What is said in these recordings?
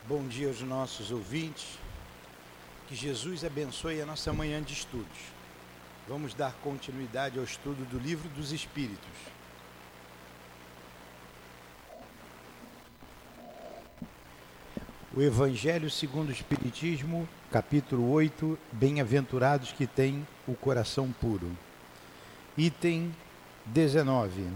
Bom dia aos nossos ouvintes. Que Jesus abençoe a nossa manhã de estudos. Vamos dar continuidade ao estudo do Livro dos Espíritos. O Evangelho segundo o Espiritismo, capítulo 8, Bem-aventurados que têm o coração puro. Item 19.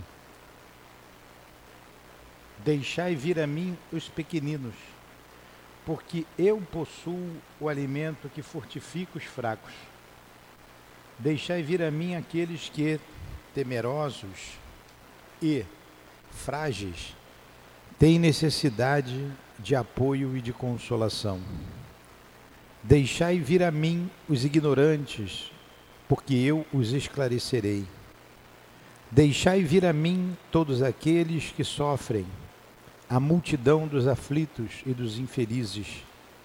Deixai vir a mim os pequeninos, porque eu possuo o alimento que fortifica os fracos. Deixai vir a mim aqueles que, temerosos e frágeis, têm necessidade de apoio e de consolação. Deixai vir a mim os ignorantes, porque eu os esclarecerei. Deixai vir a mim todos aqueles que sofrem, a multidão dos aflitos e dos infelizes.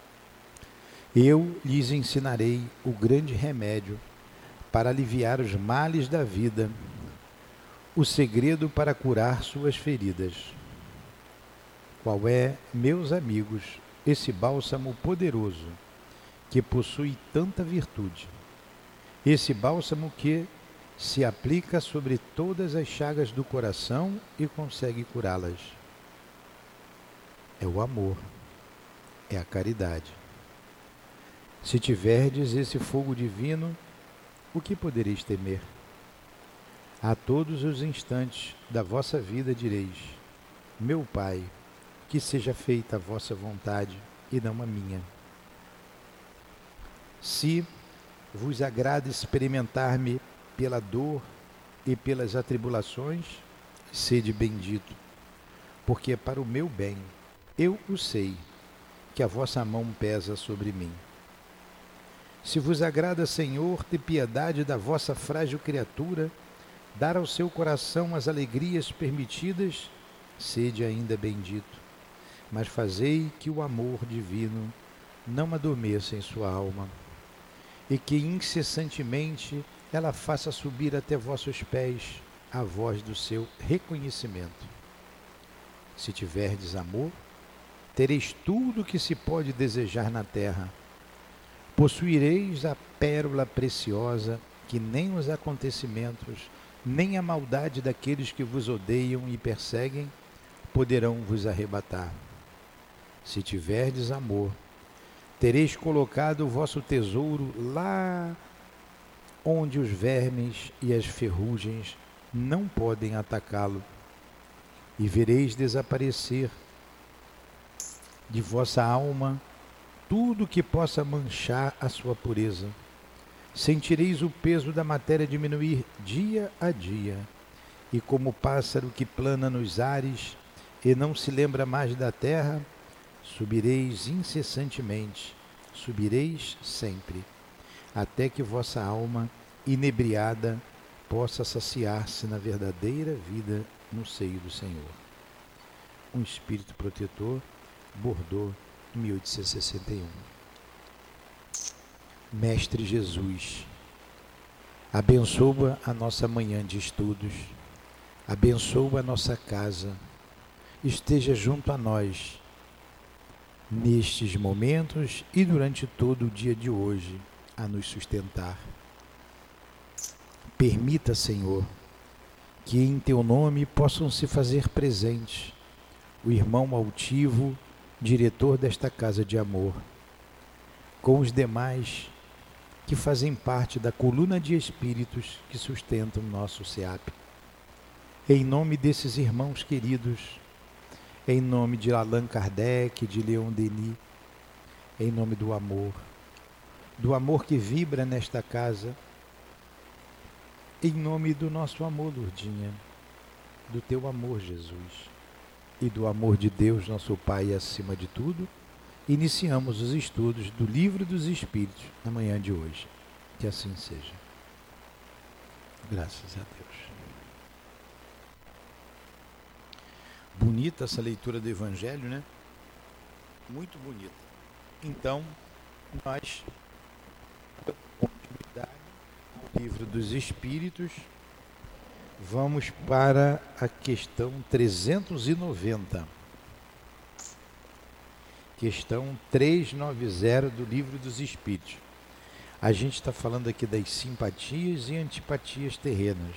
Eu lhes ensinarei o grande remédio para aliviar os males da vida, o segredo para curar suas feridas. Qual é, meus amigos, esse bálsamo poderoso que possui tanta virtude? Esse bálsamo que se aplica sobre todas as chagas do coração e consegue curá-las. É o amor, é a caridade. Se tiverdes esse fogo divino, o que podereis temer? A todos os instantes da vossa vida direis: meu Pai, que seja feita a vossa vontade e não a minha. Se vos agrada experimentar-me pela dor e pelas atribulações, sede bendito, porque é para o meu bem. Eu o sei, que a vossa mão pesa sobre mim. Se vos agrada, Senhor, ter piedade da vossa frágil criatura, dar ao seu coração as alegrias permitidas, sede ainda bendito. Mas fazei que o amor divino não adormeça em sua alma, e que incessantemente ela faça subir até vossos pés a voz do seu reconhecimento. Se tiverdes amor, tereis tudo o que se pode desejar na terra. Possuireis a pérola preciosa que nem os acontecimentos, nem a maldade daqueles que vos odeiam e perseguem poderão vos arrebatar. Se tiverdes amor, tereis colocado o vosso tesouro lá onde os vermes e as ferrugens não podem atacá-lo, e vereis desaparecer de vossa alma tudo que possa manchar a sua pureza. Sentireis o peso da matéria diminuir dia a dia, e como o pássaro que plana nos ares e não se lembra mais da terra, subireis incessantemente, subireis sempre, até que vossa alma, inebriada, possa saciar-se na verdadeira vida no seio do Senhor. Um espírito protetor, Bordeaux, 1861. Mestre Jesus, abençoa a nossa manhã de estudos, abençoa a nossa casa, esteja junto a nós, nestes momentos e durante todo o dia de hoje, a nos sustentar. Permita, Senhor, que em Teu nome possam se fazer presentes o irmão altivo, diretor desta casa de amor, com os demais que fazem parte da coluna de espíritos que sustentam nosso SEAP. Em nome desses irmãos queridos, em nome de Allan Kardec, de Leon Denis, em nome do amor que vibra nesta casa, em nome do nosso amor, Lourdinha, do Teu amor, Jesus, e do amor de Deus, nosso Pai, acima de tudo, iniciamos os estudos do Livro dos Espíritos na manhã de hoje. Que assim seja. Graças a Deus. Bonita essa leitura do Evangelho, né? Muito bonita. Então, nós, continuidade ao Livro dos Espíritos, vamos para a questão 390. questão 390 do Livro dos Espíritos. A gente está falando aqui das simpatias e antipatias terrenas.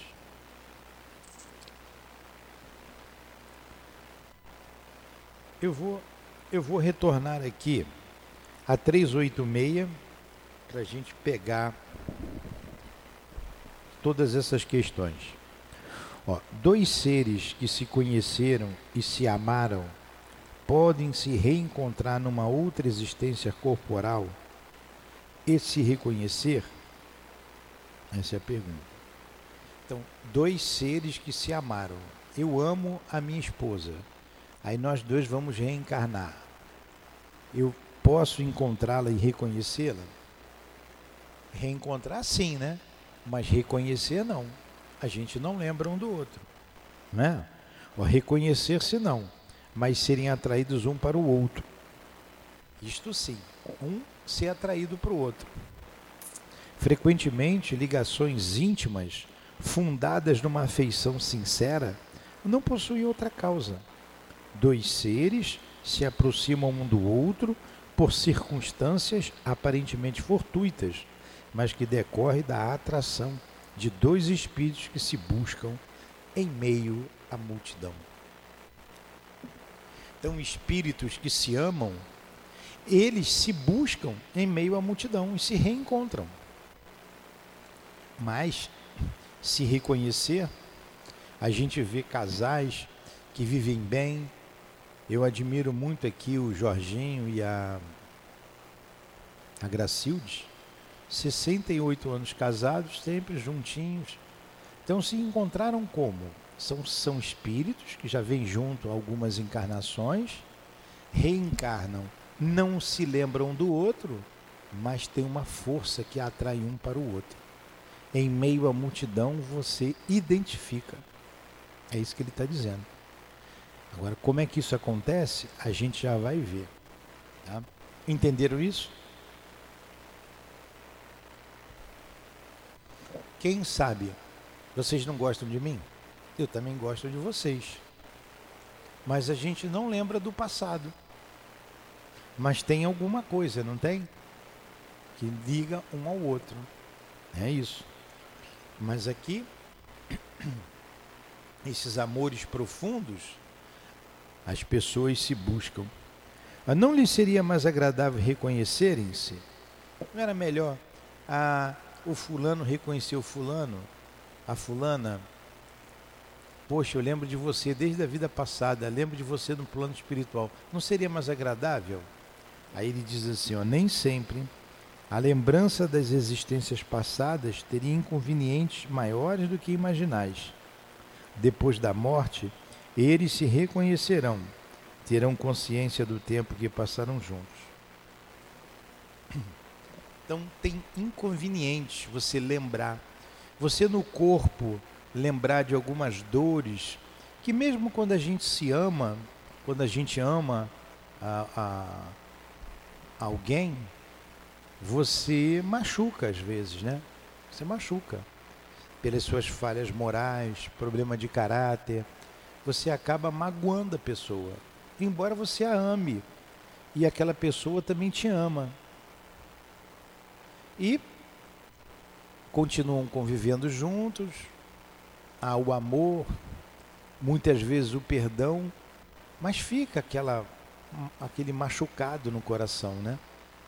Eu vou retornar aqui a 386 para a gente pegar todas essas questões. Ó, dois seres que se conheceram e se amaram podem se reencontrar numa outra existência corporal e se reconhecer? Essa é a pergunta. Então, dois seres que se amaram. Eu amo a minha esposa. Aí nós dois vamos reencarnar. Eu posso encontrá-la e reconhecê-la? Reencontrar sim, né? Mas reconhecer não. A gente não lembra um do outro, né? Ou reconhecer-se não, mas serem atraídos um para o outro. Isto sim, um ser atraído para o outro. Frequentemente, ligações íntimas, fundadas numa afeição sincera, não possuem outra causa. Dois seres se aproximam um do outro por circunstâncias aparentemente fortuitas, mas que decorrem da atração de dois espíritos que se buscam em meio à multidão. Então, espíritos que se amam, eles se buscam em meio à multidão e se reencontram. Mas, se reconhecer, a gente vê casais que vivem bem. Eu admiro muito aqui o Jorginho e a Gracilde, 68 anos casados, sempre juntinhos. Então se encontraram como? São espíritos que já vêm junto algumas encarnações, reencarnam, não se lembram do outro, mas tem uma força que atrai um para o outro. Em meio à multidão você identifica. É isso que ele está dizendo. Agora, como é que isso acontece? A gente já vai ver. Tá? Entenderam isso? Quem sabe, vocês não gostam de mim? Eu também gosto de vocês. Mas a gente não lembra do passado. Mas tem alguma coisa, não tem? Que liga um ao outro. É isso. Mas aqui, esses amores profundos, as pessoas se buscam. Mas não lhes seria mais agradável reconhecerem-se? Não era melhor o fulano reconhecer o fulano, a fulana? Poxa, eu lembro de você desde a vida passada, lembro de você no plano espiritual. Não seria mais agradável? Aí ele diz assim, ó, nem sempre a lembrança das existências passadas teria inconvenientes maiores do que imaginais. Depois da morte, eles se reconhecerão, terão consciência do tempo que passaram juntos. Então tem inconvenientes você lembrar. Você no corpo lembrar de algumas dores, que mesmo quando a gente se ama, quando a gente ama alguém, você machuca às vezes, né? Você machuca. Pelas suas falhas morais, problema de caráter, você acaba magoando a pessoa. Embora você a ame, e aquela pessoa também te ama. E continuam convivendo juntos, há o amor, muitas vezes o perdão, mas fica aquele machucado no coração, né?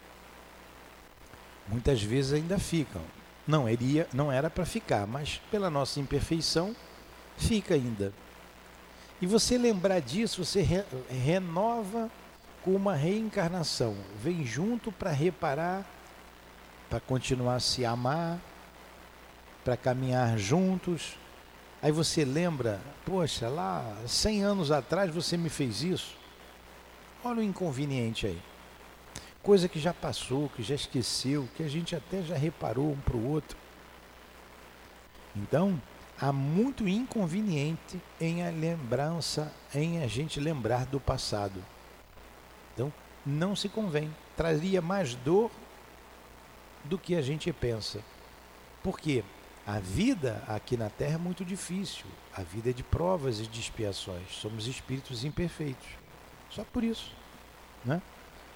Muitas vezes ainda ficam. Não era para ficar, mas pela nossa imperfeição, fica ainda. E você lembrar disso, você renova com uma reencarnação. Vem junto para reparar, para continuar a se amar, para caminhar juntos. Aí você lembra, poxa, lá 100 anos atrás você me fez isso. Olha o inconveniente aí. Coisa que já passou, que já esqueceu, que a gente até já reparou um para o outro. Então, há muito inconveniente em a gente lembrar do passado. Então, não se convém. Traria mais dor do que a gente pensa. Por quê? A vida aqui na Terra é muito difícil. A vida é de provas e de expiações. Somos espíritos imperfeitos. Só por isso, né?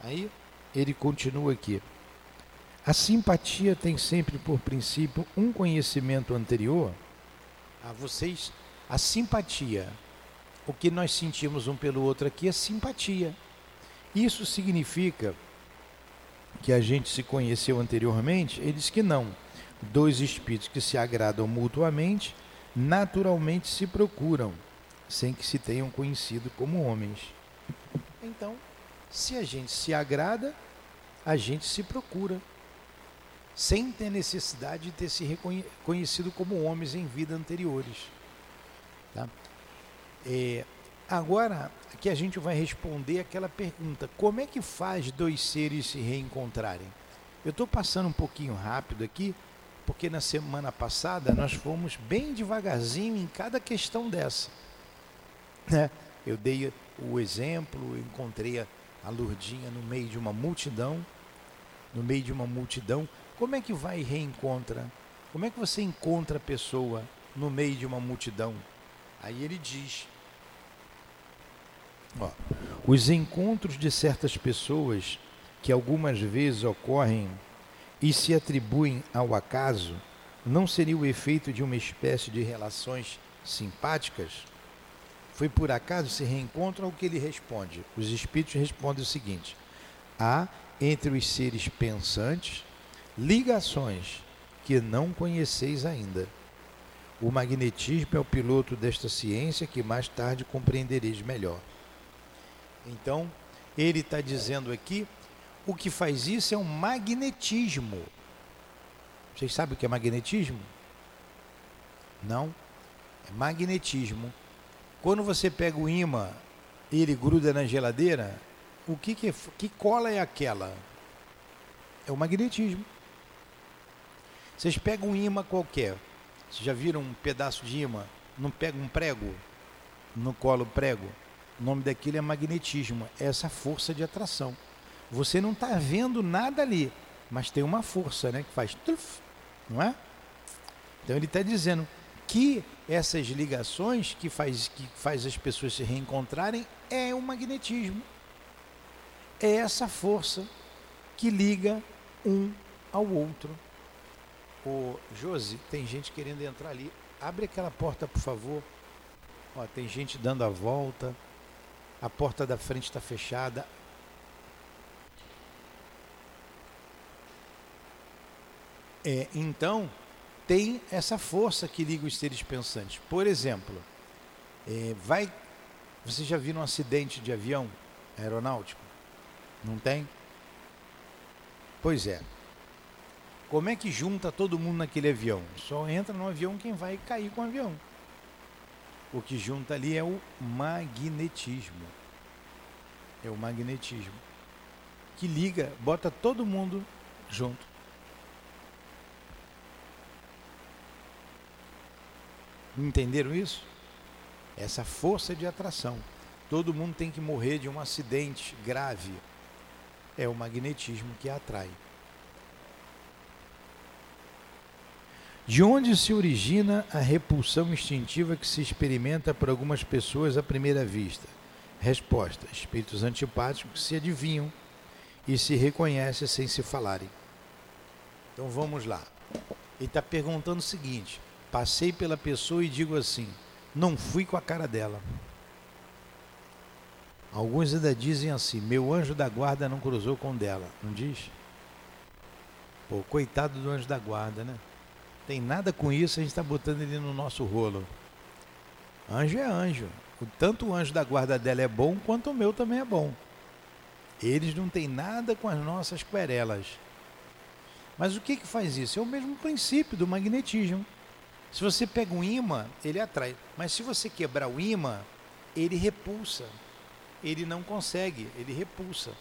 Aí ele continua aqui. A simpatia tem sempre por princípio um conhecimento anterior a vocês. A simpatia, o que nós sentimos um pelo outro aqui é simpatia. Isso significa que a gente se conheceu anteriormente? Ele diz que não. Dois espíritos que se agradam mutuamente, naturalmente se procuram, sem que se tenham conhecido como homens. Então, se a gente se agrada, a gente se procura, sem ter necessidade de ter se reconhecido como homens em vidas anteriores. Tá? Agora, aqui a gente vai responder aquela pergunta: como é que faz dois seres se reencontrarem? Eu estou passando um pouquinho rápido aqui, porque na semana passada nós fomos bem devagarzinho em cada questão dessa. Eu dei o exemplo, encontrei a Lurdinha no meio de uma multidão. No meio de uma multidão, como é que vai e reencontra? Como é que você encontra a pessoa no meio de uma multidão? Aí ele diz: os encontros de certas pessoas que algumas vezes ocorrem e se atribuem ao acaso, não seria o efeito de uma espécie de relações simpáticas? Foi por acaso se reencontram? O que ele responde? Os espíritos respondem o seguinte: há entre os seres pensantes ligações que não conheceis ainda. O magnetismo é o piloto desta ciência que mais tarde compreendereis melhor. Então, ele está dizendo aqui, o que faz isso é um magnetismo. Vocês sabem o que é magnetismo? Não? É magnetismo. Quando você pega o ímã e ele gruda na geladeira, que cola é aquela? É o magnetismo. Vocês pegam um ímã qualquer. Vocês já viram um pedaço de ímã? Não pega um prego? Não cola o prego? O nome daquilo é magnetismo. É essa força de atração. Você não está vendo nada ali, mas tem uma força, né, que faz truf, não é? Então ele está dizendo que essas ligações que faz as pessoas se reencontrarem é o magnetismo. É essa força que liga um ao outro. Ô, Josi, tem gente querendo entrar ali. Abre aquela porta, por favor. Tem gente dando a volta. A porta da frente está fechada. Então, tem essa força que liga os seres pensantes. Por exemplo, vocês já viram um acidente de avião aeronáutico? Não tem? Pois é. Como é que junta todo mundo naquele avião? Só entra no avião quem vai cair com o avião. O que junta ali é o magnetismo. É o magnetismo. Que liga, bota todo mundo junto. Entenderam isso? Essa força de atração. Todo mundo tem que morrer de um acidente grave. É o magnetismo que atrai. De onde se origina a repulsão instintiva que se experimenta por algumas pessoas à primeira vista? Resposta: espíritos antipáticos que se adivinham e se reconhecem sem se falarem. Então vamos lá. Ele está perguntando o seguinte: passei pela pessoa e digo assim, não fui com a cara dela. Alguns ainda dizem assim, meu anjo da guarda não cruzou com dela. Não diz? Pô, coitado do anjo da guarda, né? Tem nada com isso, a gente está botando ele no nosso rolo. Anjo é anjo. Tanto o anjo da guarda dela é bom, quanto o meu também é bom. Eles não têm nada com as nossas querelas. Mas o que faz isso? É o mesmo princípio do magnetismo. Se você pega um ímã, ele atrai. Mas se você quebrar o ímã, ele repulsa. Ele não consegue, ele repulsa.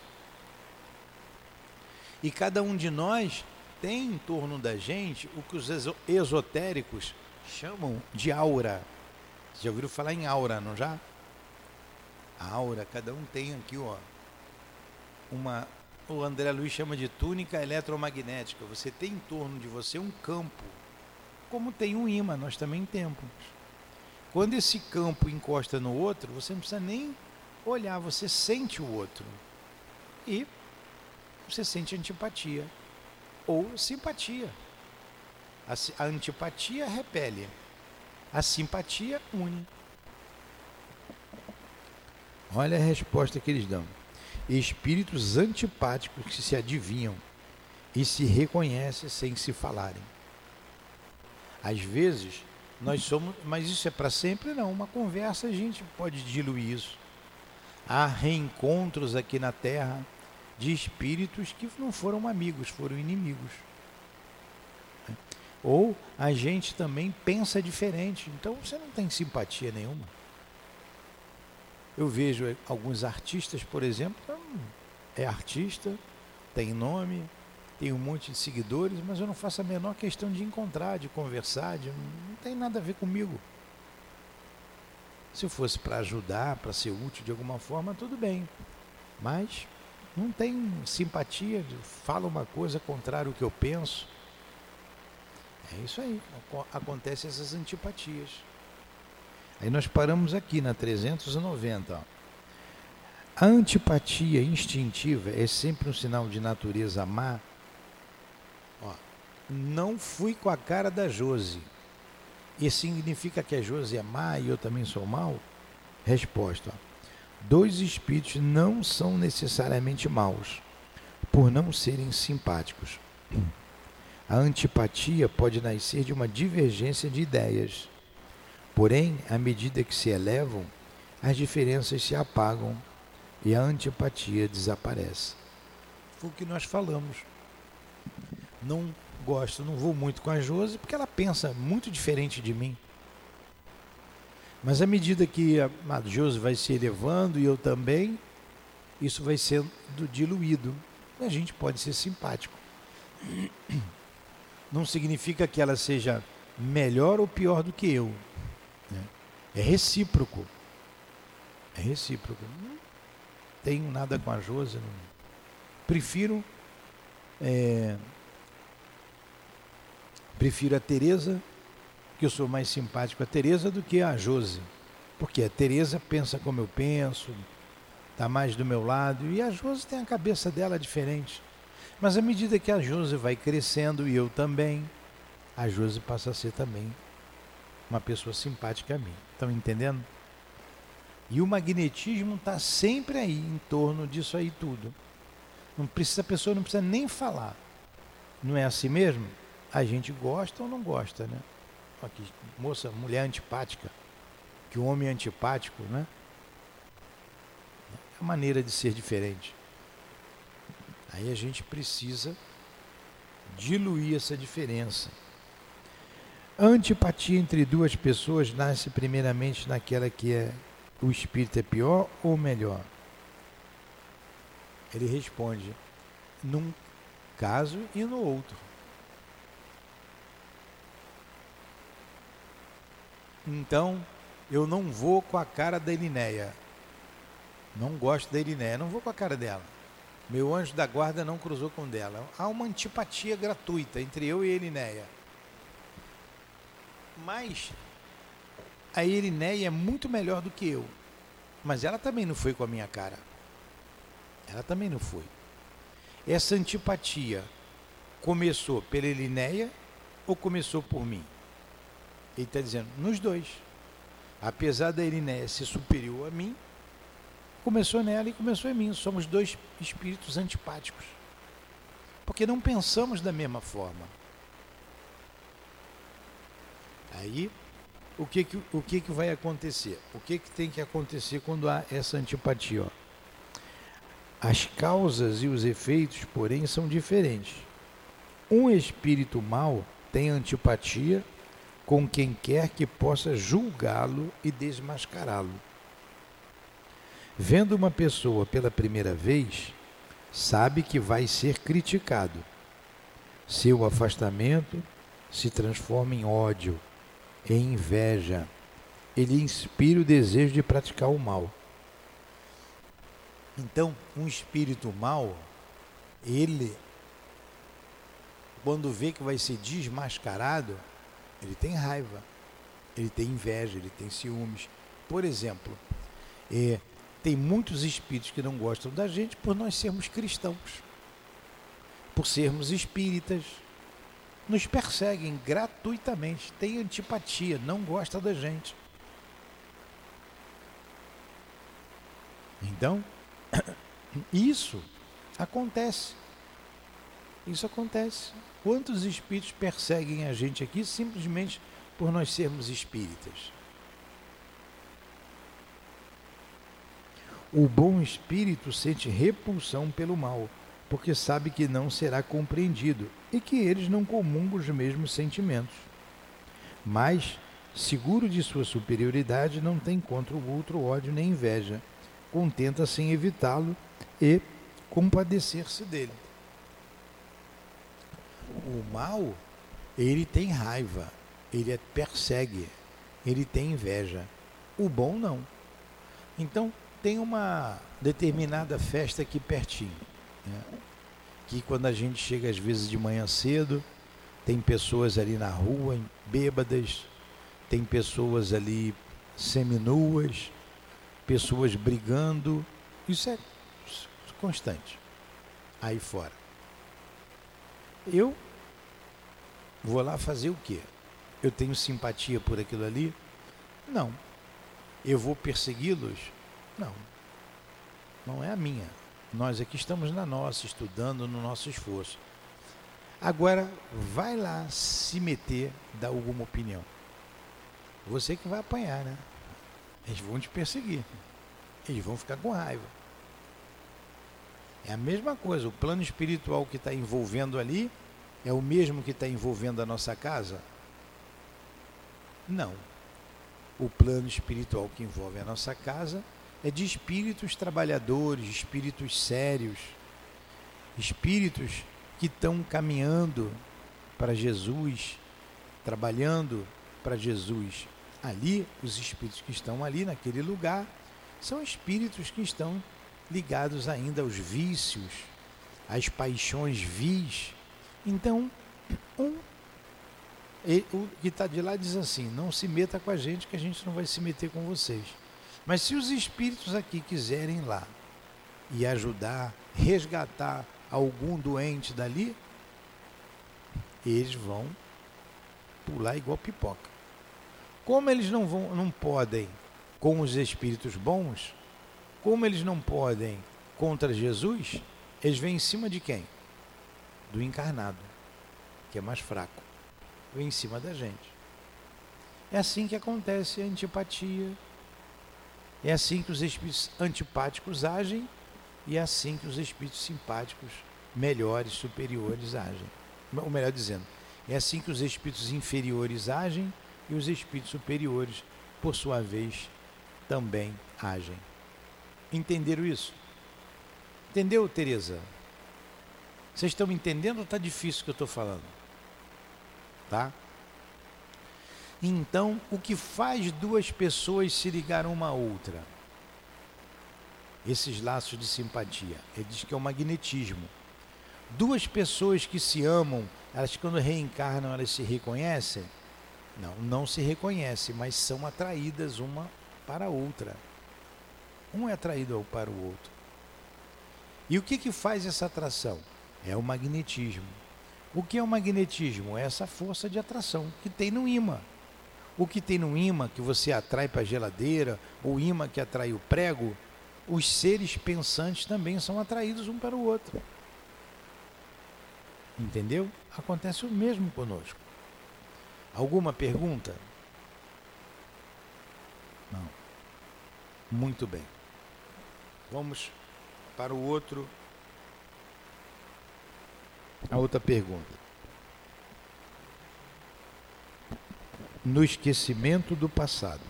E cada um de nós tem em torno da gente o que os esotéricos chamam de aura. Vocês já ouviram falar em aura, não já? A aura, cada um tem aqui, o André Luiz chama de túnica eletromagnética. Você tem em torno de você um campo, como tem um ímã, nós também temos. Quando esse campo encosta no outro, você não precisa nem olhar, você sente o outro. E você sente antipatia ou simpatia. A antipatia repele, a simpatia une. Olha a resposta que eles dão. Espíritos antipáticos que se adivinham e se reconhecem sem se falarem. Às vezes, nós somos, mas isso é para sempre? Não, uma conversa a gente pode diluir isso. Há reencontros aqui na Terra de espíritos que não foram amigos, foram inimigos. Ou a gente também pensa diferente, então você não tem simpatia nenhuma. Eu vejo alguns artistas, por exemplo, é artista, tem nome, tem um monte de seguidores, mas eu não faço a menor questão de encontrar, de conversar, não tem nada a ver comigo. Se fosse para ajudar, para ser útil de alguma forma, tudo bem. Mas não tem simpatia, fala uma coisa contrária ao que eu penso. É isso aí, acontecem essas antipatias. Aí nós paramos aqui na 390. Ó. A antipatia instintiva é sempre um sinal de natureza má. Ó, não fui com a cara da Josi. Isso significa que a Josi é má e eu também sou mau? Resposta. Ó, dois espíritos não são necessariamente maus, por não serem simpáticos. A antipatia pode nascer de uma divergência de ideias. Porém, à medida que se elevam, as diferenças se apagam e a antipatia desaparece. Foi o que nós falamos. Não gosto, não vou muito com a Josi, porque ela pensa muito diferente de mim. Mas à medida que a Josi vai se elevando e eu também, isso vai sendo diluído. A gente pode ser simpático. Não significa que ela seja melhor ou pior do que eu. É recíproco. É recíproco. Não tenho nada com a Josi. Não. Prefiro a Tereza, que eu sou mais simpático a Tereza do que a Josi. Porque a Tereza pensa como eu penso, está mais do meu lado, e a Josi tem a cabeça dela diferente. Mas à medida que a Josi vai crescendo, e eu também, a Josi passa a ser também uma pessoa simpática a mim. Estão entendendo? E o magnetismo está sempre aí, em torno disso aí tudo. A pessoa não precisa nem falar. Não é assim mesmo? A gente gosta ou não gosta, né? Aqui, moça, mulher antipática, que o homem é antipático, né? É a maneira de ser diferente. Aí a gente precisa diluir essa diferença. A antipatia entre duas pessoas nasce primeiramente naquela que o espírito é pior ou melhor? Ele responde, num caso e no outro. Então, eu não vou com a cara da Elinéia. Não gosto da Elinéia, não vou com a cara dela. Meu anjo da guarda não cruzou com dela. Há uma antipatia gratuita entre eu e a Elinéia. Mas a Elinéia é muito melhor do que eu. Mas ela também não foi com a minha cara. Ela também não foi. Essa antipatia começou pela Elinéia ou começou por mim? Ele está dizendo, nos dois. Apesar da Elinéia ser superior a mim, começou nela e começou em mim. Somos dois espíritos antipáticos. Porque não pensamos da mesma forma. Aí, o que vai acontecer? O que tem que acontecer quando há essa antipatia? Ó? As causas e os efeitos, porém, são diferentes. Um espírito mau tem antipatia com quem quer que possa julgá-lo e desmascará-lo. Vendo uma pessoa pela primeira vez, sabe que vai ser criticado. Seu afastamento se transforma em ódio, em inveja. Ele inspira o desejo de praticar o mal. Então, um espírito mau, ele, quando vê que vai ser desmascarado, ele tem raiva, ele tem inveja, ele tem ciúmes. Por exemplo, tem muitos espíritos que não gostam da gente por nós sermos cristãos. por sermos espíritas, nos perseguem gratuitamente, têm antipatia, não gosta da gente. Então, isso acontece. Isso acontece. Quantos espíritos perseguem a gente aqui simplesmente por nós sermos espíritas? O bom espírito sente repulsão pelo mal, porque sabe que não será compreendido e que eles não comungam os mesmos sentimentos. Mas, seguro de sua superioridade, não tem contra o outro ódio nem inveja, contenta-se em evitá-lo e compadecer-se dele. O mal, ele tem raiva, ele persegue, ele tem inveja. O bom não. Então, tem uma determinada festa aqui pertinho, né? Que quando a gente chega às vezes de manhã cedo, tem pessoas ali na rua, bêbadas, tem pessoas ali seminuas, pessoas brigando, isso é constante, aí fora. Eu vou lá fazer o quê? Eu tenho simpatia por aquilo ali? Não. Eu vou persegui-los? Não. Não é a minha. Nós aqui estamos na nossa, estudando no nosso esforço. Agora, vai lá se meter, dar alguma opinião. Você que vai apanhar, né? Eles vão te perseguir. Eles vão ficar com raiva. É a mesma coisa. O plano espiritual que está envolvendo ali é o mesmo que está envolvendo a nossa casa? Não. O plano espiritual que envolve a nossa casa é de espíritos trabalhadores, espíritos sérios, espíritos que estão caminhando para Jesus, trabalhando para Jesus. Ali, os espíritos que estão ali naquele lugar são espíritos que estão ligados ainda aos vícios, às paixões vis. Então, o que está de lá diz assim: não se meta com a gente, que a gente não vai se meter com vocês. Mas se os espíritos aqui quiserem ir lá e ajudar, resgatar algum doente dali, eles vão pular igual pipoca. Como eles não podem com os espíritos bons, como eles não podem contra Jesus, eles vêm em cima de quem? Do encarnado, que é mais fraco. Vem em cima da gente. É assim que acontece a antipatia. É assim que os espíritos antipáticos agem e é assim que os espíritos simpáticos, melhores, superiores, agem. Ou melhor dizendo, é assim que os espíritos inferiores agem e os espíritos superiores, por sua vez, também agem. Entenderam isso? Entendeu, Tereza? Vocês estão me entendendo ou está difícil o que eu estou falando? Tá? Então, o que faz duas pessoas se ligar uma à outra? Esses laços de simpatia. Ele diz que é o magnetismo. Duas pessoas que se amam, elas quando reencarnam, elas se reconhecem? Não, não se reconhecem, mas são atraídas uma para a outra. Um é atraído para o outro. E o que faz essa atração? É o magnetismo. O que é o magnetismo? É essa força de atração que tem no ímã. O que tem no ímã que você atrai para a geladeira, o ímã que atrai o prego, os seres pensantes também são atraídos um para o outro. Entendeu? Acontece o mesmo conosco. Alguma pergunta? Não. Muito bem. Vamos para o outro. A outra pergunta. No esquecimento do passado.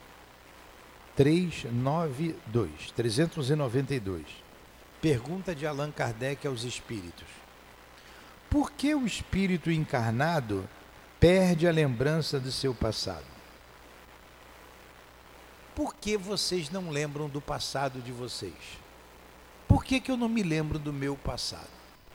392. Pergunta de Allan Kardec aos espíritos. Por que o espírito encarnado perde a lembrança do seu passado? Por que vocês não lembram do passado de vocês? Por que eu não me lembro do meu passado?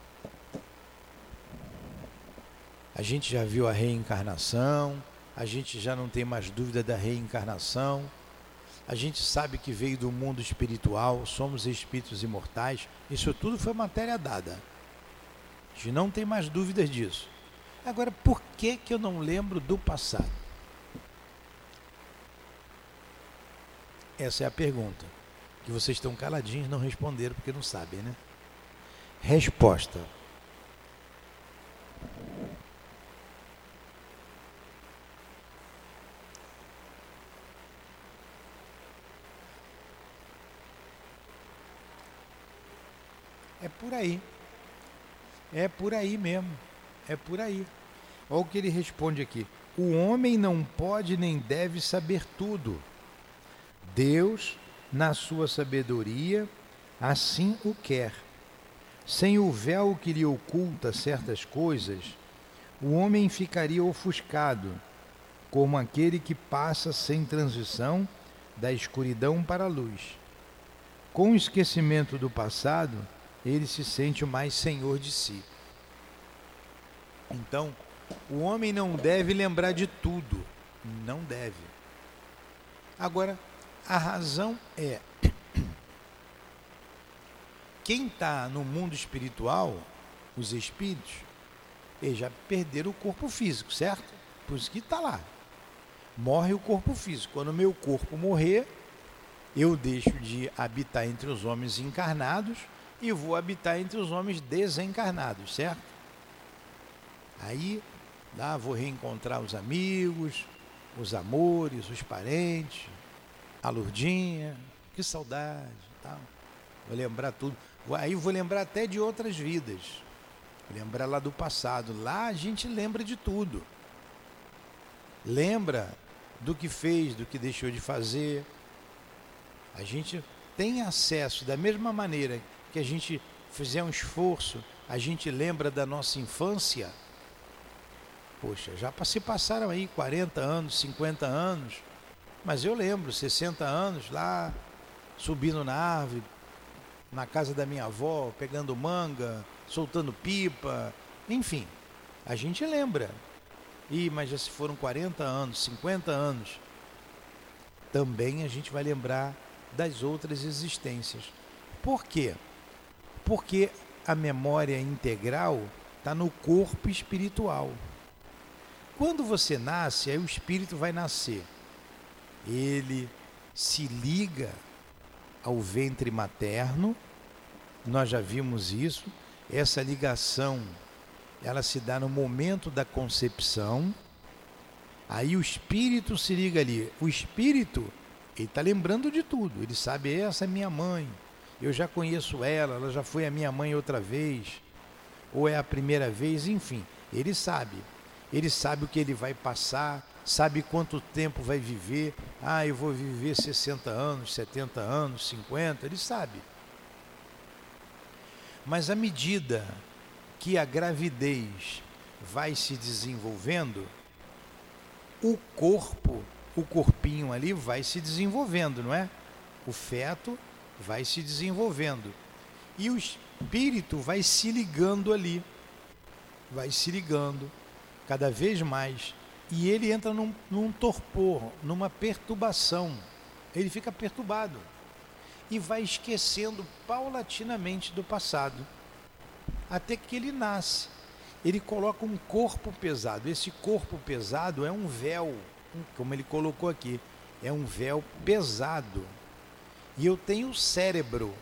A gente já viu a reencarnação, a gente já não tem mais dúvida da reencarnação, a gente sabe que veio do mundo espiritual, somos espíritos imortais, isso tudo foi matéria dada. A gente não tem mais dúvidas disso. Agora, por que eu não lembro do passado? Essa é a pergunta. Que vocês estão caladinhos, não responderam porque não sabem, né? Resposta. É por aí. É por aí mesmo. É por aí. Olha o que ele responde aqui. O homem não pode nem deve saber tudo. Deus, na sua sabedoria, assim o quer. Sem o véu que lhe oculta certas coisas, o homem ficaria ofuscado, como aquele que passa sem transição da escuridão para a luz. Com o esquecimento do passado, ele se sente mais senhor de si. Então, o homem não deve lembrar de tudo. Não deve. Agora, a razão é: quem está no mundo espiritual, os espíritos, eles já perderam o corpo físico, certo? Por isso que está lá. Morre o corpo físico. Quando o meu corpo morrer, eu deixo de habitar entre os homens encarnados e vou habitar entre os homens desencarnados, certo? Aí, lá vou reencontrar os amigos, os amores, os parentes, a Lourdinha, que saudade, tal. Vou lembrar tudo. Aí vou lembrar até de outras vidas. Vou lembrar lá do passado. Lá a gente lembra de tudo. Lembra do que fez, do que deixou de fazer. A gente tem acesso, da mesma maneira que a gente fizer um esforço, a gente lembra da nossa infância. Poxa, já se passaram aí 40 anos, 50 anos, mas eu lembro, 60 anos, lá, subindo na árvore, na casa da minha avó, pegando manga, soltando pipa, enfim, a gente lembra. Mas já se foram 40 anos, 50 anos, também a gente vai lembrar das outras existências. Por quê? Porque a memória integral está no corpo espiritual. Quando você nasce, aí o espírito vai nascer. Ele se liga ao ventre materno, nós já vimos isso. Essa ligação, ela se dá no momento da concepção. Aí o espírito se liga ali. O espírito, ele está lembrando de tudo. Ele sabe, essa é minha mãe, eu já conheço ela já foi a minha mãe outra vez, ou é a primeira vez, enfim. Ele sabe o que ele vai passar, sabe quanto tempo vai viver. Eu vou viver 60 anos, 70 anos, 50, ele sabe. Mas à medida que a gravidez vai se desenvolvendo, o corpinho ali vai se desenvolvendo, não é? O feto vai se desenvolvendo. E o espírito vai se ligando ali. Vai se ligando cada vez mais. E ele entra num torpor, numa perturbação. Ele fica perturbado. E vai esquecendo paulatinamente do passado. Até que ele nasce. Ele coloca um corpo pesado. Esse corpo pesado é um véu, como ele colocou aqui. É um véu pesado. E eu tenho o cérebro.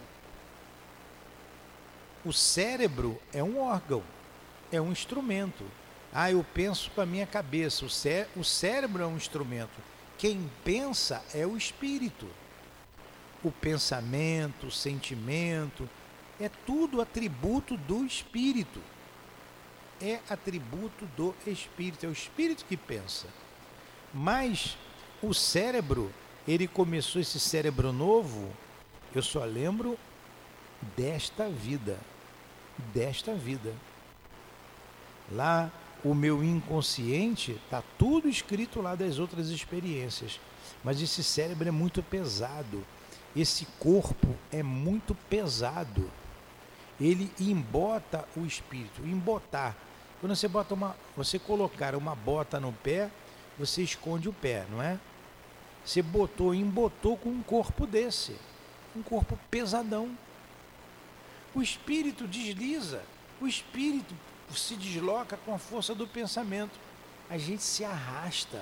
O cérebro é um órgão, é um instrumento. Eu penso com a minha cabeça. O cérebro é um instrumento. Quem pensa é o espírito. O pensamento, o sentimento, é tudo atributo do espírito. É atributo do espírito. É o espírito que pensa. Mas o cérebro, ele começou, esse cérebro novo, eu só lembro desta vida. Desta vida. Lá, o meu inconsciente, está tudo escrito lá das outras experiências. Mas esse cérebro é muito pesado. Esse corpo é muito pesado. Ele embota o espírito. Embotar. Quando você colocar uma bota no pé, você esconde o pé, não é? Você embotou com um corpo desse. Um corpo pesadão. O espírito desliza. O espírito se desloca com a força do pensamento. A gente se arrasta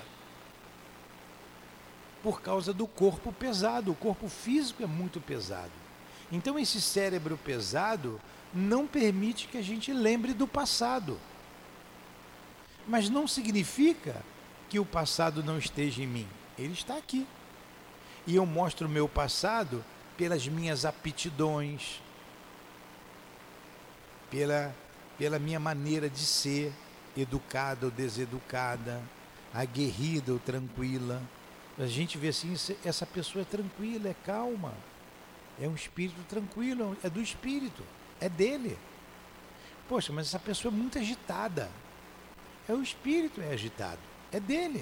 por causa do corpo pesado. O corpo físico é muito pesado. Então esse cérebro pesado não permite que a gente lembre do passado. Mas não significa que o passado não esteja em mim. Ele está aqui. E eu mostro o meu passado pelas minhas aptidões, pela minha maneira de ser, educada ou deseducada, aguerrida ou tranquila. A gente vê assim, essa pessoa é tranquila, é calma, é um espírito tranquilo, é do espírito, é dele. Poxa, mas essa pessoa é muito agitada. É o espírito é agitado, é dele.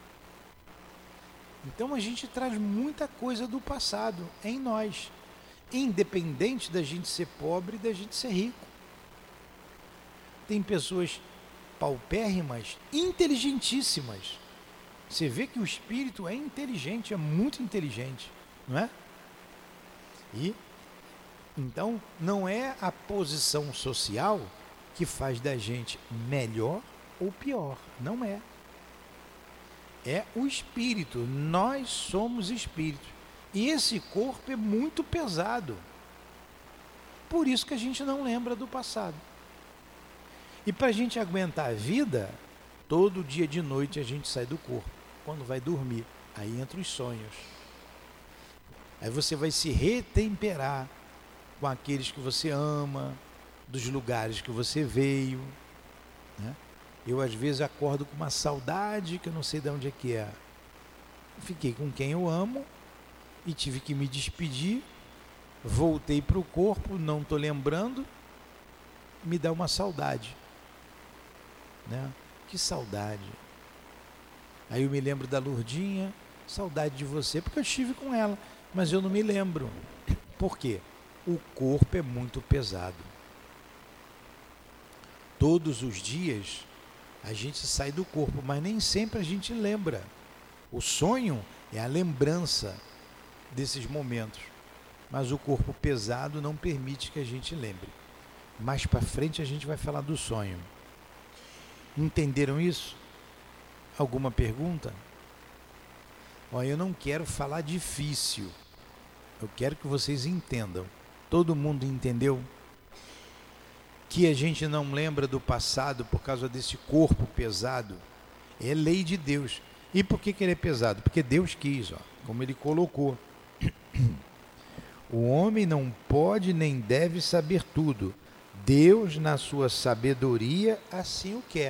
Então a gente traz muita coisa do passado em nós, independente da gente ser pobre e da gente ser rico. Tem pessoas paupérrimas, inteligentíssimas. Você vê que o espírito é inteligente, é muito inteligente, não é? E então não é a posição social que faz da gente melhor ou pior, não é. É o espírito, nós somos espíritos. E esse corpo é muito pesado. Por isso que a gente não lembra do passado. E para a gente aguentar a vida, todo dia de noite a gente sai do corpo. Quando vai dormir, aí entram os sonhos. Aí você vai se retemperar com aqueles que você ama, dos lugares que você veio, né? Eu às vezes acordo com uma saudade que eu não sei de onde é que é. Fiquei com quem eu amo e tive que me despedir. Voltei para o corpo, não estou lembrando, me dá uma saudade, né? Que saudade. Aí eu me lembro da Lourdinha, saudade de você, porque eu estive com ela, mas eu não me lembro. Por quê? O corpo é muito pesado. Todos os dias a gente sai do corpo, mas nem sempre a gente lembra. O sonho é a lembrança desses momentos, mas o corpo pesado não permite que a gente lembre. Mais para frente a gente vai falar do sonho. Entenderam isso? Alguma pergunta? Olha, eu não quero falar difícil. Eu quero que vocês entendam. Todo mundo entendeu? Que a gente não lembra do passado por causa desse corpo pesado. É lei de Deus. E por que ele é pesado? Porque Deus quis, ó, como ele colocou. O homem não pode nem deve saber tudo. Deus, na sua sabedoria, assim o quer.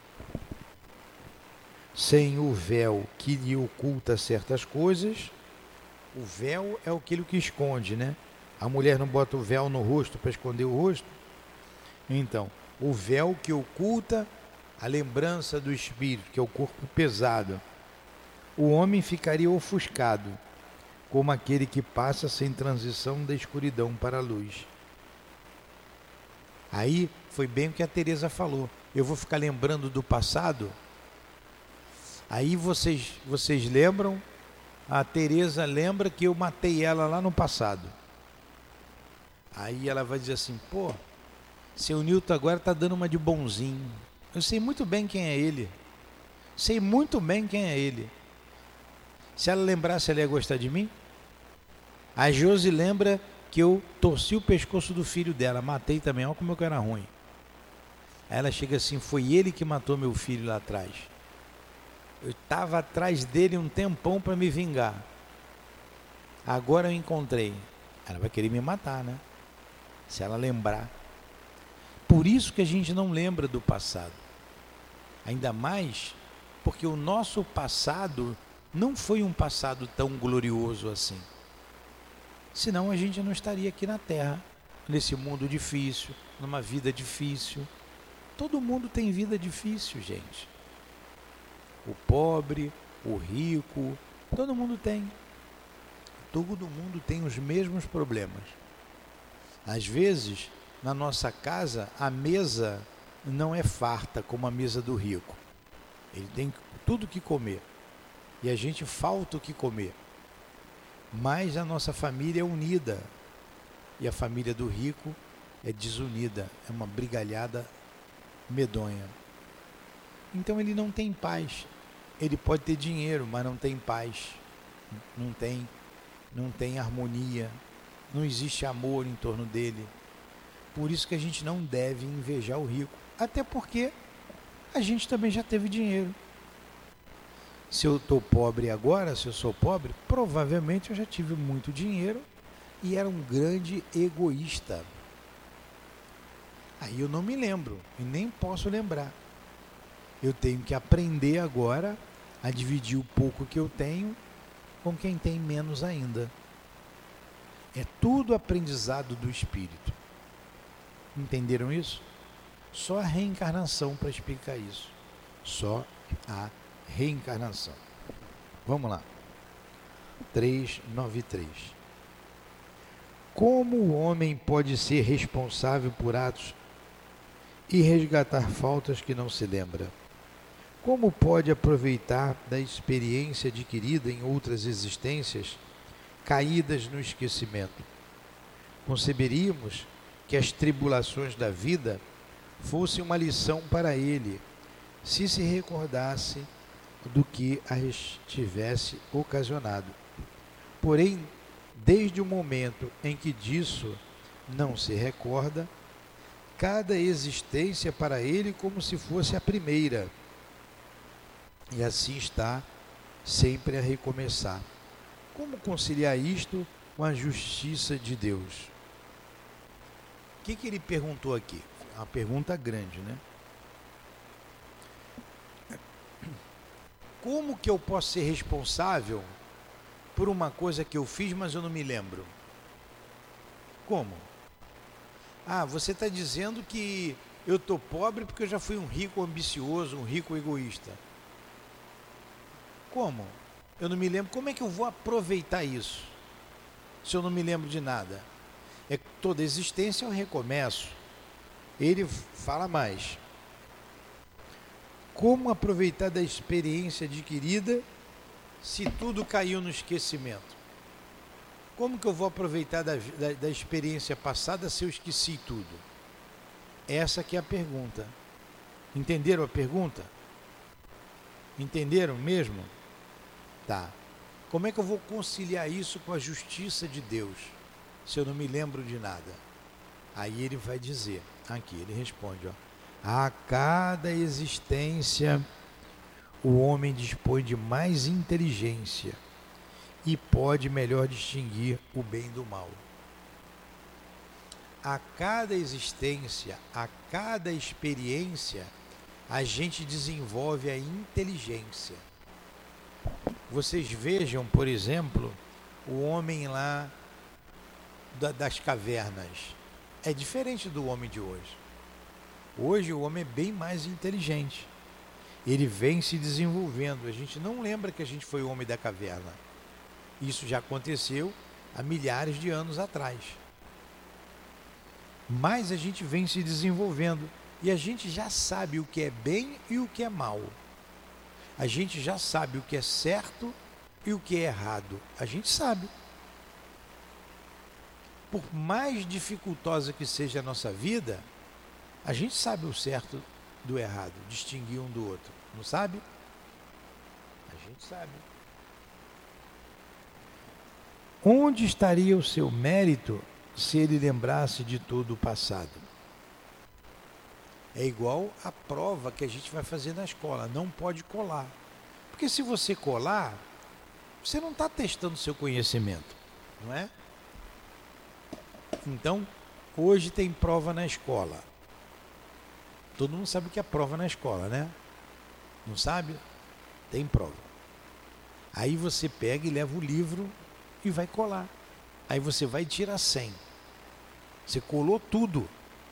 Sem o véu que lhe oculta certas coisas, o véu é aquilo que esconde, né? A mulher não bota o véu no rosto para esconder o rosto. Então, o véu que oculta a lembrança do espírito, que é o corpo pesado, o homem ficaria ofuscado, como aquele que passa sem transição da escuridão para a luz. Aí foi bem o que a Teresa falou. Eu vou ficar lembrando do passado. Aí vocês lembram, a Teresa lembra que eu matei ela lá no passado. Aí ela vai dizer assim, pô, seu Nilton agora está dando uma de bonzinho. Eu sei muito bem quem é ele. Sei muito bem quem é ele. Se ela lembrasse, ela ia gostar de mim? A Josi lembra que eu torci o pescoço do filho dela. Matei também, olha como eu era ruim. Aí ela chega assim, foi ele que matou meu filho lá atrás. Eu estava atrás dele um tempão para me vingar. Agora eu encontrei. Ela vai querer me matar, né? Se ela lembrar. Por isso que a gente não lembra do passado. Ainda mais porque o nosso passado não foi um passado tão glorioso assim. Senão a gente não estaria aqui na Terra, nesse mundo difícil, numa vida difícil. Todo mundo tem vida difícil, gente. O pobre, o rico, todo mundo tem. Todo mundo tem os mesmos problemas. Às vezes, na nossa casa, a mesa não é farta como a mesa do rico. Ele tem tudo o que comer. E a gente falta o que comer. Mas a nossa família é unida. E a família do rico é desunida, é uma brigalhada medonha. Então ele não tem paz. Ele pode ter dinheiro, mas não tem paz. Não tem harmonia. Não existe amor em torno dele. Por isso que a gente não deve invejar o rico. Até porque a gente também já teve dinheiro. Se eu estou pobre agora, se eu sou pobre, provavelmente eu já tive muito dinheiro e era um grande egoísta. Aí eu não me lembro e nem posso lembrar. Eu tenho que aprender agora a dividir o pouco que eu tenho com quem tem menos ainda. É tudo aprendizado do espírito. Entenderam isso? Só a reencarnação para explicar isso. Só a reencarnação. Vamos lá. 393. Como o homem pode ser responsável por atos e resgatar faltas que não se lembra? Como pode aproveitar da experiência adquirida em outras existências caídas no esquecimento? Conceberíamos que as tribulações da vida fossem uma lição para ele, se recordasse do que as tivesse ocasionado. Porém, desde o momento em que disso não se recorda, cada existência para ele como se fosse a primeira, e assim está sempre a recomeçar. Como conciliar isto com a justiça de Deus? O que ele perguntou aqui? Uma pergunta grande, né? Como que eu posso ser responsável por uma coisa que eu fiz, mas eu não me lembro? Como? Ah, você está dizendo que eu estou pobre porque eu já fui um rico ambicioso, um rico egoísta. Como? Eu não me lembro. Como é que eu vou aproveitar isso, se eu não me lembro de nada? É que toda existência é um recomeço. Ele fala mais. Como aproveitar da experiência adquirida se tudo caiu no esquecimento? Como que eu vou aproveitar da experiência passada se eu esqueci tudo? Essa que é a pergunta. Entenderam a pergunta? Entenderam mesmo? Tá. Como é que eu vou conciliar isso com a justiça de Deus, se eu não me lembro de nada? Aí ele vai dizer, aqui ele responde, ó, a cada existência o homem dispõe de mais inteligência e pode melhor distinguir o bem do mal. A cada existência, a cada experiência, a gente desenvolve a inteligência. Vocês vejam, por exemplo, o homem lá das cavernas. É diferente do homem de hoje. Hoje o homem é bem mais inteligente. Ele vem se desenvolvendo. A gente não lembra que a gente foi o homem da caverna. Isso já aconteceu há milhares de anos atrás. Mas a gente vem se desenvolvendo. E a gente já sabe o que é bem e o que é mal. A gente já sabe o que é certo e o que é errado. A gente sabe. Por mais dificultosa que seja a nossa vida, a gente sabe o certo do errado, distinguir um do outro. Não sabe? A gente sabe. Onde estaria o seu mérito se ele lembrasse de todo o passado? É igual a prova que a gente vai fazer na escola. Não pode colar. Porque se você colar, você não está testando seu conhecimento. Não é? Então, hoje tem prova na escola. Todo mundo sabe o que é prova na escola, né? Não sabe? Tem prova. Aí você pega e leva o livro e vai colar. Aí você vai tirar 100. Você colou tudo.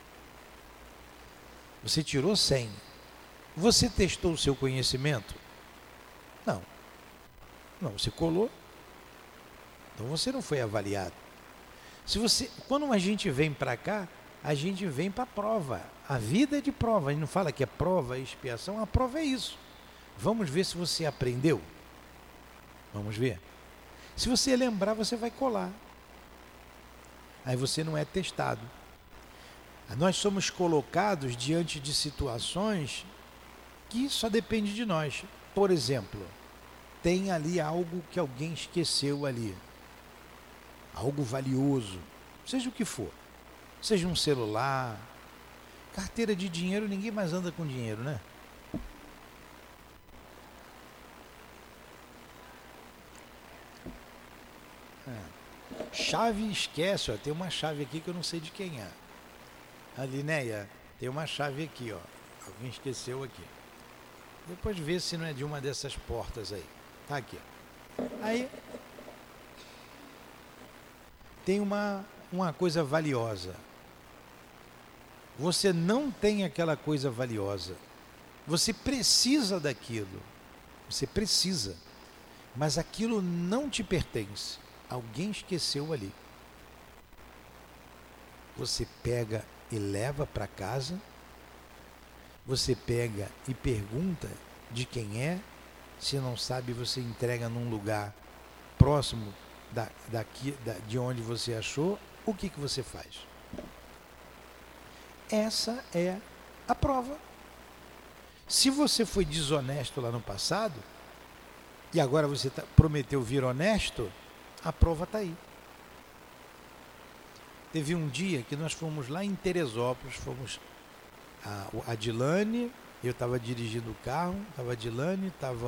Você tirou 100. Você testou o seu conhecimento? Não. Não, você colou. Então você não foi avaliado. Quando a gente vem para cá, a gente vem para a prova. A vida é de prova. A gente não fala que é prova, é expiação. A prova é isso. Vamos ver se você aprendeu. Vamos ver. Se você lembrar, você vai colar. Aí você não é testado. Nós somos colocados diante de situações que só depende de nós. Por exemplo, tem ali algo que alguém esqueceu ali, algo valioso, seja o que for, seja um celular, carteira de dinheiro, ninguém mais anda com dinheiro, né? Chave esquece, ó, tem uma chave aqui que eu não sei de quem é. Ali, né? Tem uma chave aqui, ó. Alguém esqueceu aqui. Depois vê se não é de uma dessas portas aí. Tá aqui, ó. Aí tem uma coisa valiosa. Você não tem aquela coisa valiosa. Você precisa daquilo. Você precisa. Mas aquilo não te pertence. Alguém esqueceu ali. Você pega e leva para casa. Você pega e pergunta de quem é. Se não sabe, você entrega num lugar próximo de onde você achou. O que você faz? Essa é a prova. Se você foi desonesto lá no passado e agora você prometeu vir honesto, a prova está aí. Teve um dia que nós fomos lá em Teresópolis, fomos a Dilane, eu estava dirigindo o carro, estava a Dilane, estava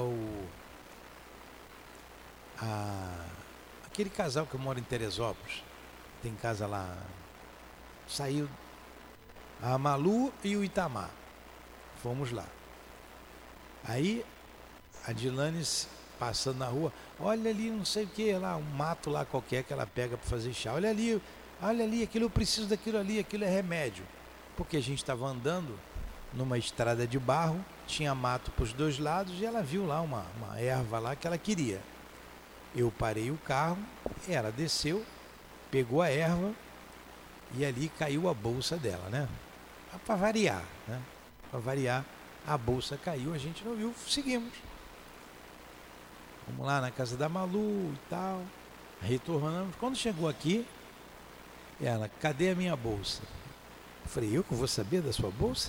aquele casal que mora em Teresópolis, tem casa lá, saiu a Malu e o Itamar, fomos lá. Aí a Dilane passando na rua, olha ali não sei o que lá, um mato lá qualquer que ela pega para fazer chá, olha ali, aquilo eu preciso daquilo ali, aquilo é remédio. Porque a gente estava andando numa estrada de barro, tinha mato para os dois lados e ela viu lá uma erva lá que ela queria. Eu parei o carro, ela desceu, pegou a erva e ali caiu a bolsa dela, né? Para variar, né? Para variar, a bolsa caiu, a gente não viu, seguimos. Vamos lá na casa da Malu e tal, retornamos. Quando chegou aqui, ela, cadê a minha bolsa? Eu falei, eu que vou saber da sua bolsa?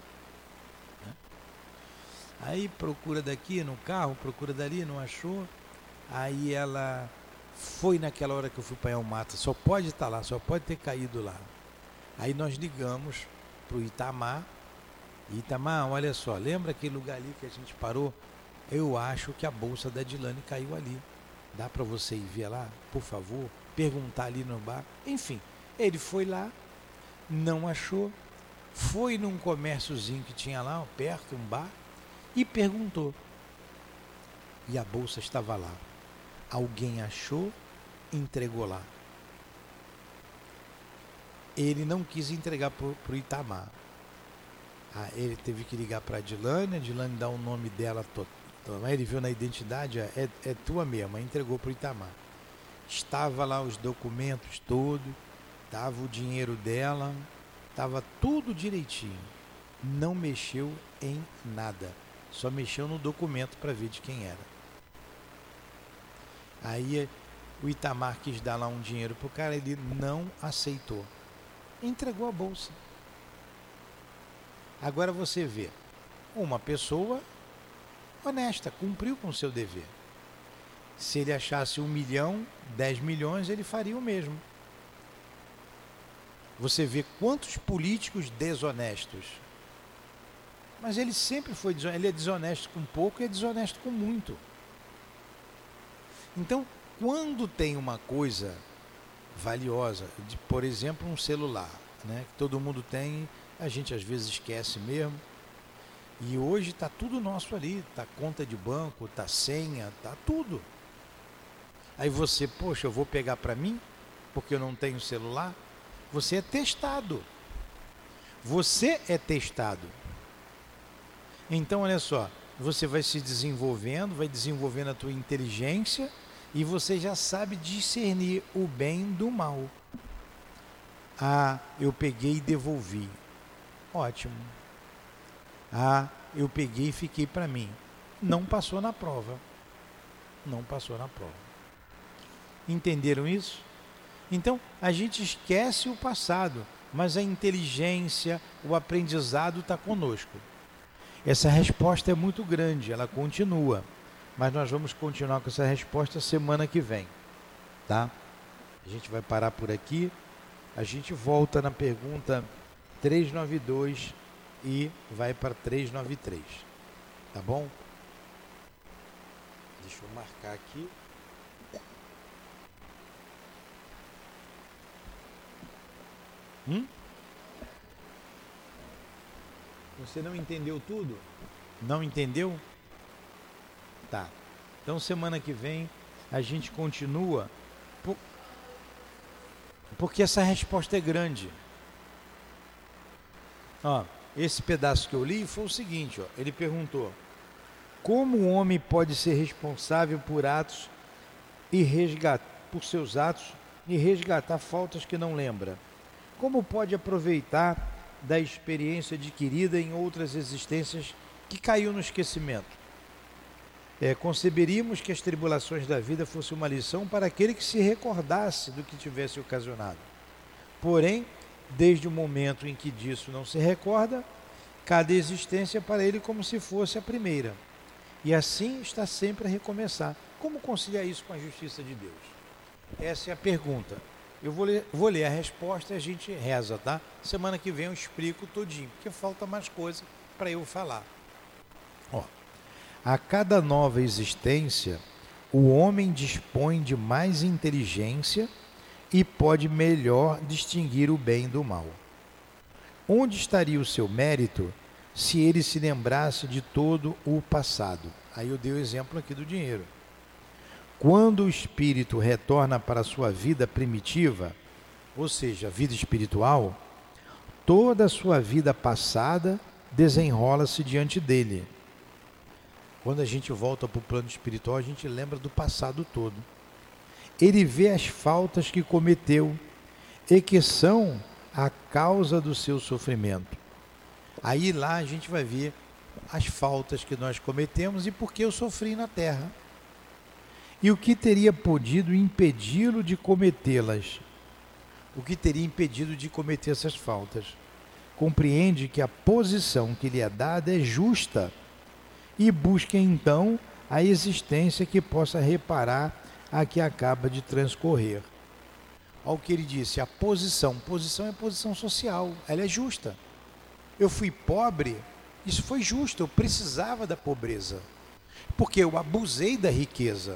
Aí procura daqui no carro, procura dali, não achou. Aí ela foi naquela hora que eu fui apanhar o mato, só pode estar lá, só pode ter caído lá. Aí nós ligamos para o Itamar. Itamar, olha só, lembra aquele lugar ali que a gente parou? Eu acho que a bolsa da Dilane caiu ali. Dá para você ir ver lá, por favor? Perguntar ali no bar. Enfim, ele foi lá, não achou, foi num comérciozinho que tinha lá, perto, um bar, e perguntou. E a bolsa estava lá. Alguém achou, entregou lá. Ele não quis entregar para o Itamar. Ele teve que ligar para a Dilane dá o nome dela todo. Ele viu na identidade, é tua mesma, entregou para o Itamar. Estava lá os documentos todos, estava o dinheiro dela, estava tudo direitinho. Não mexeu em nada, só mexeu no documento para ver de quem era. Aí o Itamar quis dar lá um dinheiro para o cara, ele não aceitou. Entregou a bolsa. Agora você vê, uma pessoa honesta, cumpriu com o seu dever. Se ele achasse 1 milhão, 10 milhões, ele faria o mesmo. Você vê quantos políticos desonestos. Mas ele sempre foi desonesto. Ele é desonesto com pouco e é desonesto com muito. Então, quando tem uma coisa valiosa, por exemplo, um celular, né, que todo mundo tem, a gente às vezes esquece mesmo. E hoje está tudo nosso ali, está conta de banco, está senha, está tudo. Aí você, poxa, eu vou pegar para mim, porque eu não tenho celular. Você é testado. Você é testado. Então, olha só, você vai se desenvolvendo, vai desenvolvendo a tua inteligência e você já sabe discernir o bem do mal. Eu peguei e devolvi. Ótimo. Eu peguei e fiquei para mim. Não passou na prova. Não passou na prova. Entenderam isso? Então, a gente esquece o passado. mas a inteligência, o aprendizado está conosco. Essa resposta é muito grande, ela continua, mas nós vamos continuar com essa resposta semana que vem, tá? A gente vai parar por aqui, a gente volta na pergunta 392 e vai para 393, tá bom? Deixa eu marcar aqui. Você não entendeu tudo? Não entendeu? Tá. Então semana que vem a gente continua, porque essa resposta é grande. Ó, esse pedaço que eu li foi o seguinte, ó, ele perguntou: como o homem pode ser responsável por atos e por seus atos e resgatar faltas que não lembra? Como pode aproveitar da experiência adquirida em outras existências que caiu no esquecimento? Conceberíamos que as tribulações da vida fossem uma lição para aquele que se recordasse do que tivesse ocasionado. Porém, desde o momento em que disso não se recorda, cada existência é para ele como se fosse a primeira. E assim está sempre a recomeçar. Como conciliar isso com a justiça de Deus? Essa é a pergunta. Eu vou ler a resposta e a gente reza, tá? Semana que vem eu explico todinho, porque falta mais coisa para eu falar. Ó, a cada nova existência, o homem dispõe de mais inteligência e pode melhor distinguir o bem do mal. Onde estaria o seu mérito se ele se lembrasse de todo o passado? Aí eu dei o exemplo aqui do dinheiro. Quando o espírito retorna para a sua vida primitiva, ou seja, a vida espiritual, toda a sua vida passada desenrola-se diante dele. Quando a gente volta para o plano espiritual, a gente lembra do passado todo. Ele vê as faltas que cometeu e que são a causa do seu sofrimento. Aí lá a gente vai ver as faltas que nós cometemos e por que eu sofri na Terra. E o que teria podido impedi-lo de cometê-las? O que teria impedido de cometer essas faltas? Compreende que a posição que lhe é dada é justa e busca então a existência que possa reparar a que acaba de transcorrer. Olha o que ele disse, a posição é posição social, ela é justa. Eu fui pobre, isso foi justo, eu precisava da pobreza, porque eu abusei da riqueza.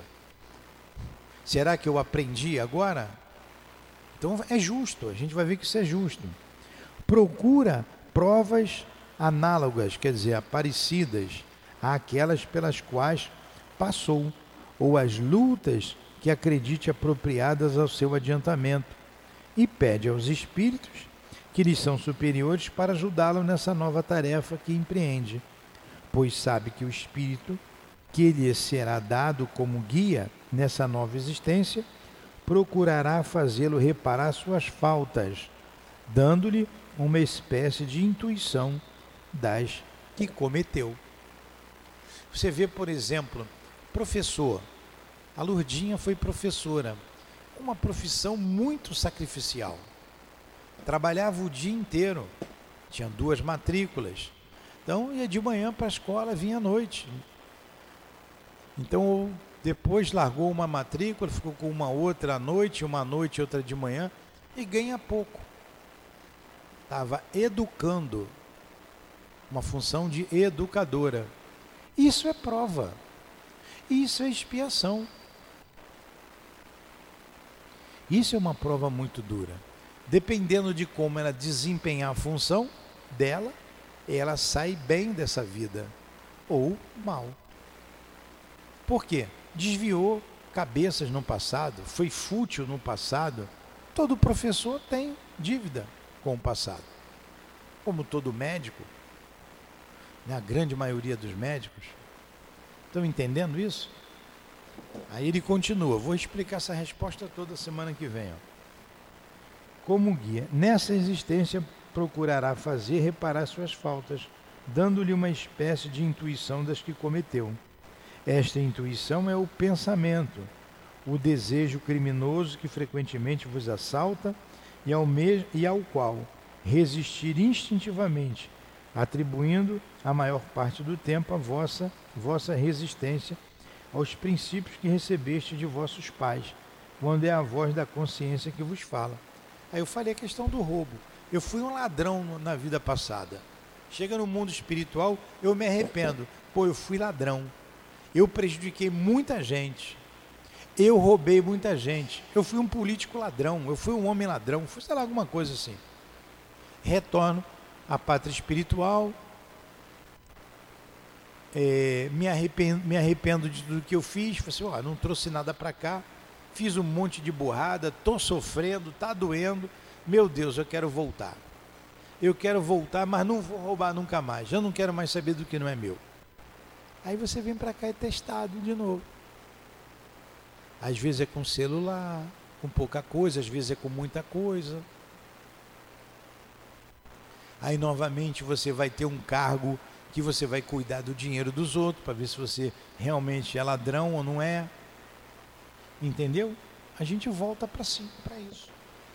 Será que eu aprendi agora? Então é justo, a gente vai ver que isso é justo. Procura provas análogas, quer dizer, parecidas àquelas pelas quais passou, ou as lutas que acredite apropriadas ao seu adiantamento, e pede aos espíritos que lhes são superiores para ajudá-lo nessa nova tarefa que empreende, pois sabe que o espírito que lhe será dado como guia nessa nova existência procurará fazê-lo reparar suas faltas, dando-lhe uma espécie de intuição das que cometeu. Você vê, por exemplo, professor. A Lurdinha foi professora, uma profissão muito sacrificial. Trabalhava o dia inteiro, tinha 2 matrículas, então ia de manhã para a escola, vinha à noite. Então depois largou uma matrícula, ficou com uma outra à noite, outra de manhã, e ganha pouco. Estava educando, uma função de educadora. Isso é prova, isso é expiação. Isso é uma prova muito dura. Dependendo de como ela desempenhar a função dela, ela sai bem dessa vida ou mal. Por quê? Desviou cabeças no passado, foi fútil no passado. Todo professor tem dívida com o passado. Como todo médico, né? A grande maioria dos médicos. Estão entendendo isso? Aí ele continua, vou explicar essa resposta toda semana que vem. Ó. Como guia, nessa existência procurará fazer reparar suas faltas, dando-lhe uma espécie de intuição das que cometeu. Esta intuição é o pensamento, o desejo criminoso que frequentemente vos assalta e ao qual resistir instintivamente, atribuindo a maior parte do tempo a vossa resistência aos princípios que recebeste de vossos pais, quando é a voz da consciência que vos fala. Aí eu falei a questão do roubo. Eu fui um ladrão na vida passada. Chega no mundo espiritual, eu me arrependo. Pô, eu fui ladrão. Eu prejudiquei muita gente. Eu roubei muita gente. Eu fui um político ladrão. Eu fui um homem ladrão. Fui, sei lá, alguma coisa assim. Retorno à pátria espiritual. Me arrependo de tudo que eu fiz. Falei assim, não trouxe nada para cá. Fiz um monte de burrada. Estou sofrendo, está doendo. Meu Deus, eu quero voltar. Eu quero voltar, mas não vou roubar nunca mais. Eu não quero mais saber do que não é meu. Aí você vem para cá e é testado de novo. Às vezes é com celular, com pouca coisa, às vezes é com muita coisa. Aí novamente você vai ter um cargo que você vai cuidar do dinheiro dos outros, para ver se você realmente é ladrão ou não é. Entendeu? A gente volta para cima, para isso.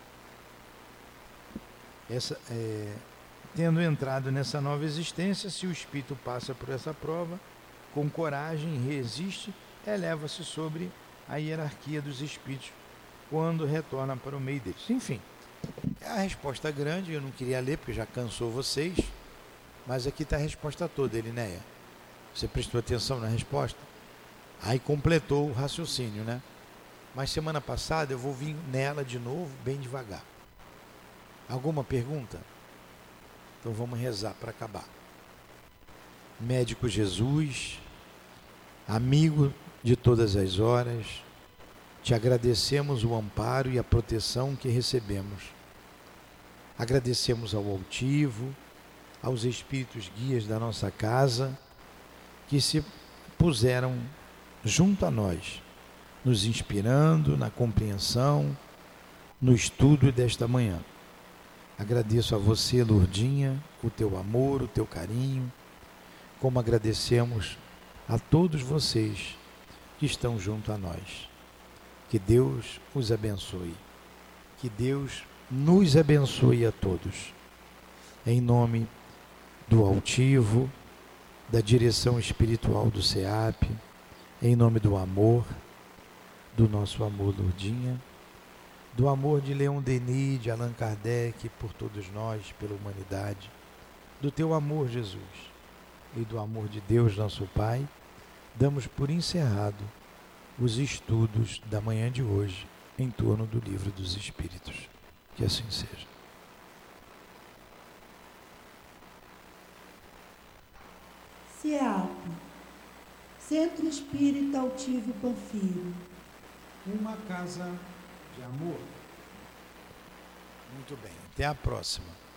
Tendo entrado nessa nova existência, se o espírito passa por essa prova, com coragem, resiste, eleva-se sobre a hierarquia dos espíritos quando retorna para o meio deles. Enfim, é a resposta grande, eu não queria ler porque já cansou vocês, mas aqui está a resposta toda, Elinéia. Você prestou atenção na resposta? Aí completou o raciocínio, né? Mas semana passada eu vou vir nela de novo, bem devagar. Alguma pergunta? Então vamos rezar para acabar. Médico Jesus, amigo de todas as horas, te agradecemos o amparo e a proteção que recebemos. Agradecemos ao altivo, aos espíritos guias da nossa casa, que se puseram junto a nós, nos inspirando na compreensão, no estudo desta manhã. Agradeço a você, Lourdinha, o teu amor, o teu carinho, como agradecemos a todos vocês que estão junto a nós. Que Deus os abençoe. Que Deus nos abençoe a todos. Em nome do altivo, da direção espiritual do SEAP, em nome do amor, do nosso amor, Lourdinha, do amor de Leon Denis, de Allan Kardec, por todos nós, pela humanidade, do teu amor, Jesus, e do amor de Deus, nosso Pai, damos por encerrado os estudos da manhã de hoje em torno do Livro dos Espíritos. Que assim seja. SEAP, Centro Espírita Altivo Panfiro. Uma casa de amor. Muito bem, até a próxima.